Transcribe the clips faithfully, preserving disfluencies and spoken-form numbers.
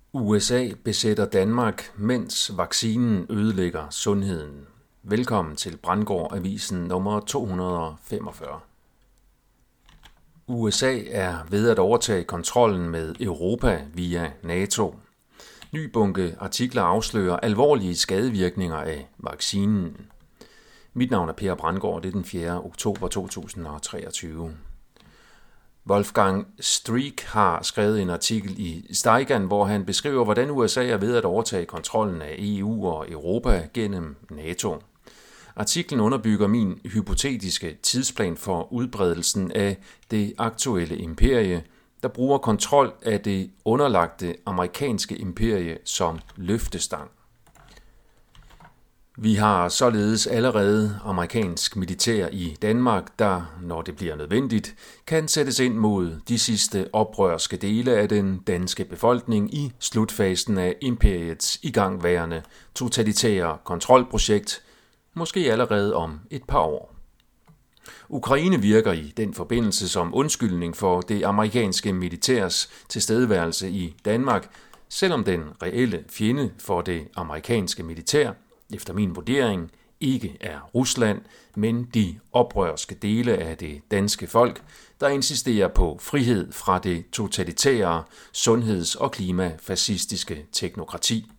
U S A besætter Danmark, mens vaccinen ødelægger sundheden. Velkommen til Brandgård Avisen nummer to hundrede og femogfyrre. U S A er ved at overtage kontrollen med Europa via NATO. Ny bunke artikler afslører alvorlige skadevirkninger af vaccinen. Mit navn er Per Brandgård, det er den fjerde oktober to tusind og treogtyve. Wolfgang Streeck har skrevet en artikel i Steigen, hvor han beskriver, hvordan U S A er ved at overtage kontrollen af E U og Europa gennem NATO. Artiklen underbygger min hypotetiske tidsplan for udbredelsen af det aktuelle imperie, der bruger kontrol af det underlagte amerikanske imperie som løftestang. Vi har således allerede amerikansk militær i Danmark, der, når det bliver nødvendigt, kan sættes ind mod de sidste oprørske dele af den danske befolkning i slutfasen af imperiets igangværende totalitære kontrolprojekt, måske allerede om et par år. Ukraine virker i den forbindelse som undskyldning for det amerikanske militærs tilstedeværelse i Danmark, selvom den reelle fjende for det amerikanske militær, efter min vurdering, ikke er Rusland, men de oprørske dele af det danske folk, der insisterer på frihed fra det totalitære sundheds- og klimafascistiske teknokrati.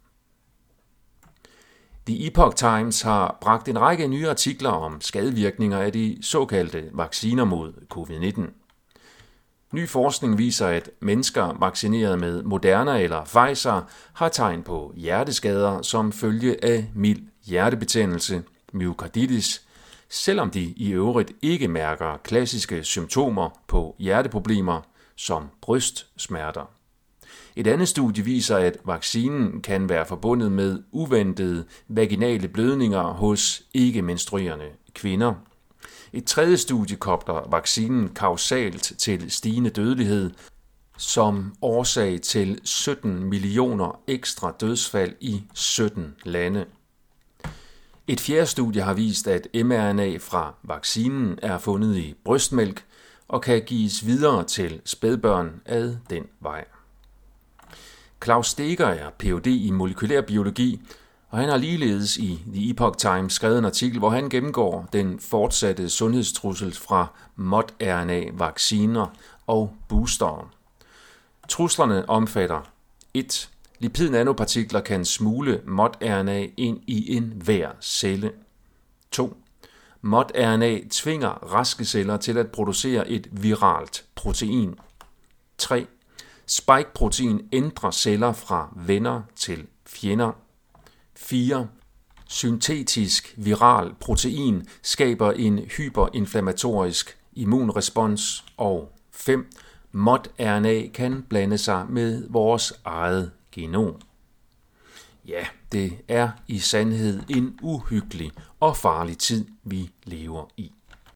The Epoch Times har bragt en række nye artikler om skadevirkninger af de såkaldte vacciner mod covid nitten. Ny forskning viser, at mennesker vaccineret med Moderna eller Pfizer har tegn på hjerteskader som følge af mild hjertebetændelse, myokarditis, selvom de i øvrigt ikke mærker klassiske symptomer på hjerteproblemer som brystsmerter. Et andet studie viser, at vaccinen kan være forbundet med uventede vaginale blødninger hos ikke-menstruerende kvinder. Et tredje studie kobler vaccinen kausalt til stigende dødelighed som årsag til sytten millioner ekstra dødsfald i sytten lande. Et fjerde studie har vist, at mRNA fra vaccinen er fundet i brystmælk og kan gives videre til spædbørn ad den vej. Klaus Steger er P H D i molekylær biologi, og han har ligeledes i The Epoch Times skrevet en artikel, hvor han gennemgår den fortsatte sundhedstrussel fra modRNA-vacciner og boostere. Truslerne omfatter et. Lipid-nanopartikler kan smule modRNA ind i enhver celle. to. modRNA tvinger raske celler til at producere et viralt protein. tre. Spike-protein ændrer celler fra venner til fjender. fire. Syntetisk viral protein skaber en hyperinflammatorisk immunrespons. Og fem. modRNA kan blande sig med vores eget genom. Ja, det er i sandhed en uhyggelig og farlig tid, vi lever i.